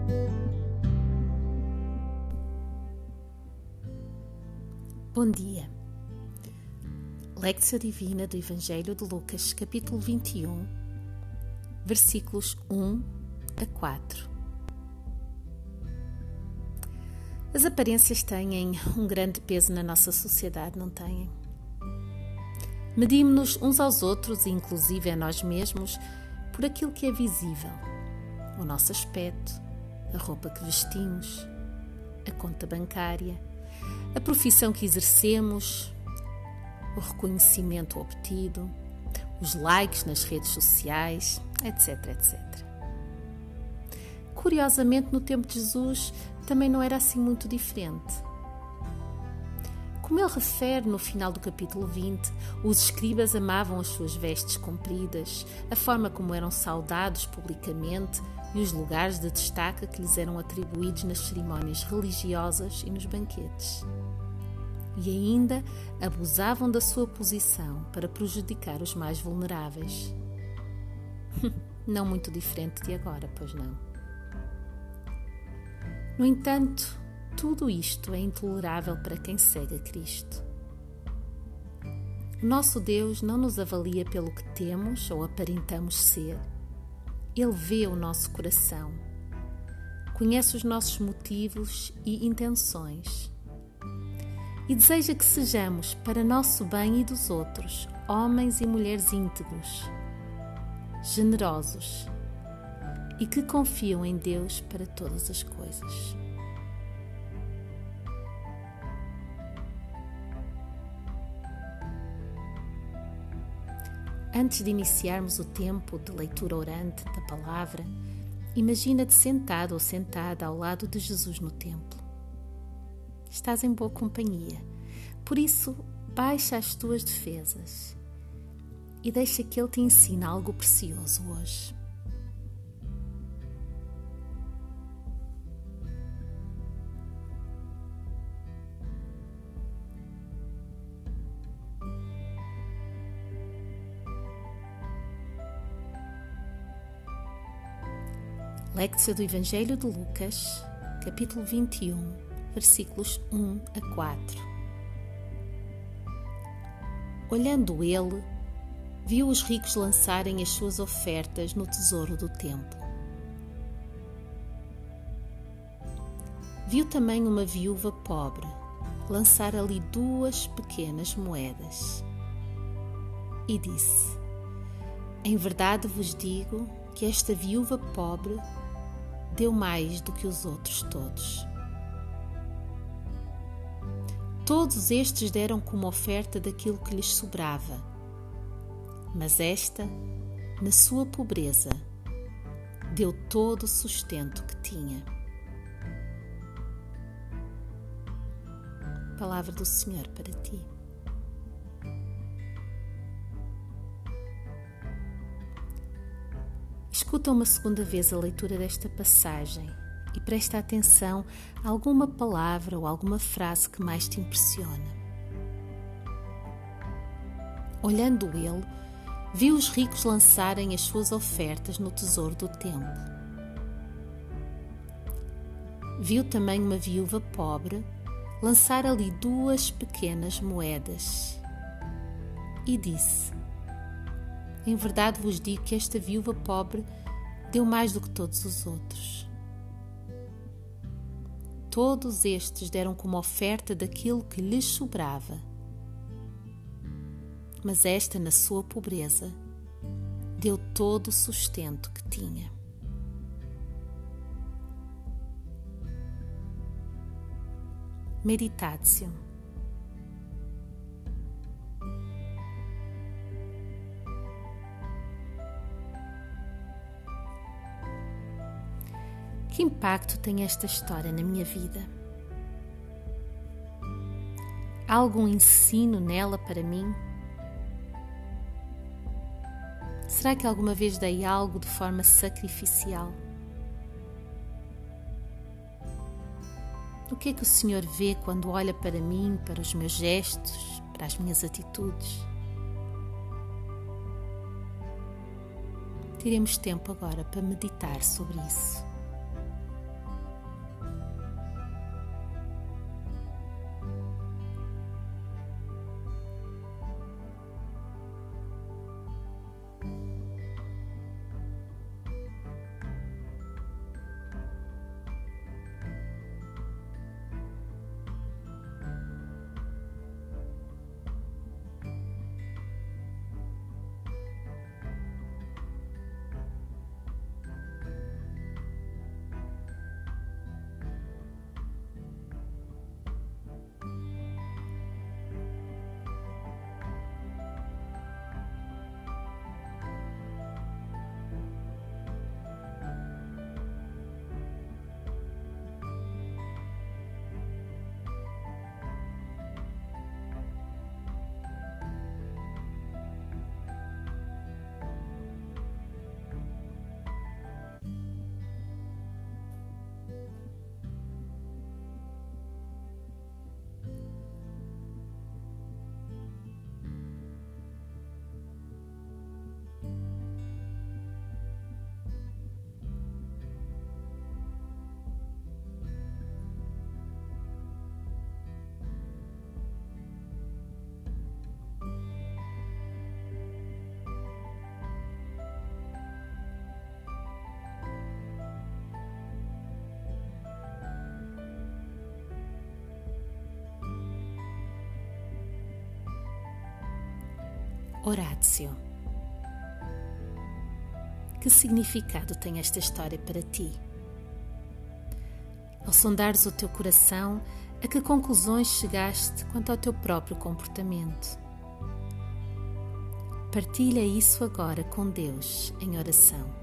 Bom dia. Lectio Divina do Evangelho de Lucas, capítulo 21, versículos 1 a 4. As aparências têm um grande peso na nossa sociedade, não têm? Medimos-nos uns aos outros, e inclusive a nós mesmos, por aquilo que é visível. O nosso aspecto, a roupa que vestimos, a conta bancária, a profissão que exercemos, o reconhecimento obtido, os likes nas redes sociais, etc, etc. Curiosamente, no tempo de Jesus, também não era assim muito diferente. Como ele refere no final do capítulo 20, os escribas amavam as suas vestes compridas, a forma como eram saudados publicamente e os lugares de destaque que lhes eram atribuídos nas cerimónias religiosas e nos banquetes. E ainda abusavam da sua posição para prejudicar os mais vulneráveis. Não muito diferente de agora, pois não? No entanto, tudo isto é intolerável para quem segue a Cristo. O nosso Deus não nos avalia pelo que temos ou aparentamos ser. Ele vê o nosso coração, conhece os nossos motivos e intenções e deseja que sejamos, para nosso bem e dos outros, homens e mulheres íntegros, generosos e que confiam em Deus para todas as coisas. Antes de iniciarmos o tempo de leitura orante da palavra, imagina-te sentado ou sentada ao lado de Jesus no templo. Estás em boa companhia, por isso baixa as tuas defesas e deixa que Ele te ensine algo precioso hoje. Lectio do Evangelho de Lucas, capítulo 21, versículos 1 a 4. Olhando ele, viu os ricos lançarem as suas ofertas no tesouro do templo. Viu também uma viúva pobre lançar ali 2 pequenas moedas. E disse: Em verdade vos digo que esta viúva pobre deu mais do que os outros todos. Todos estes deram como oferta daquilo que lhes sobrava, mas esta, na sua pobreza, deu todo o sustento que tinha. Palavra do Senhor para ti. Escuta uma segunda vez a leitura desta passagem e presta atenção a alguma palavra ou alguma frase que mais te impressiona. Olhando ele, viu os ricos lançarem as suas ofertas no tesouro do templo. Viu também uma viúva pobre lançar ali 2 pequenas moedas. E disse: Em verdade vos digo que esta viúva pobre deu mais do que todos os outros. Todos estes deram como oferta daquilo que lhes sobrava, mas esta, na sua pobreza, deu todo o sustento que tinha. Meditatio. Que impacto tem esta história na minha vida? Há algum ensino nela para mim? Será que alguma vez dei algo de forma sacrificial? O que é que o Senhor vê quando olha para mim, para os meus gestos, para as minhas atitudes? Teremos tempo agora para meditar sobre isso. Horácio. Que significado tem esta história para ti? Ao sondares o teu coração, a que conclusões chegaste quanto ao teu próprio comportamento? Partilha isso agora com Deus em oração.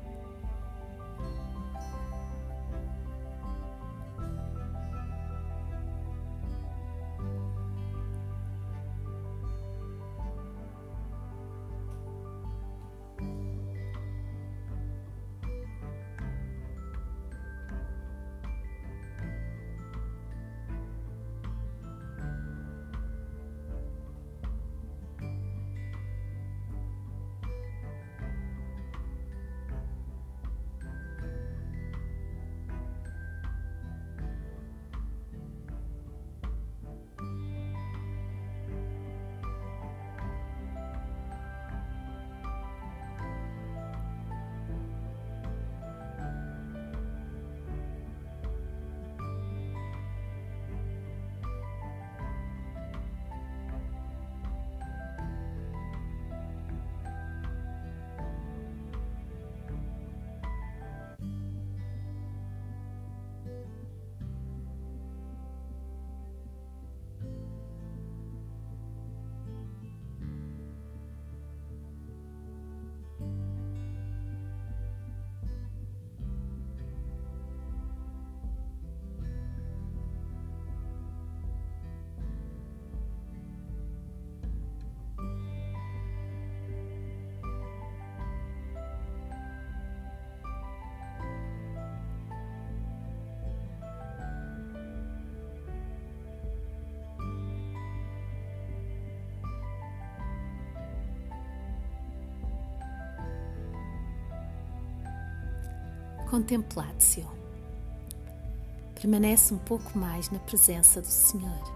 Contemplatio. Permanece um pouco mais na presença do Senhor.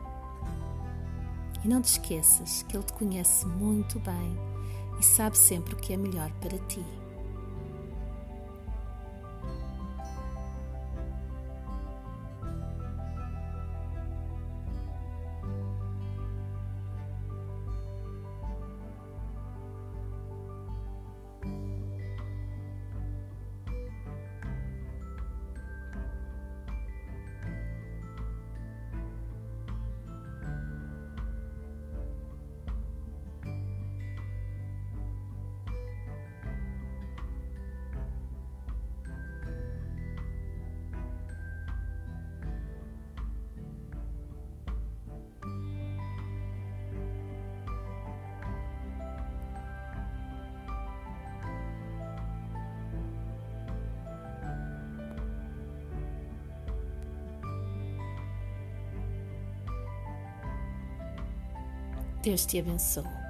E não te esqueças que Ele te conhece muito bem e sabe sempre o que é melhor para ti. Deus te abençoe.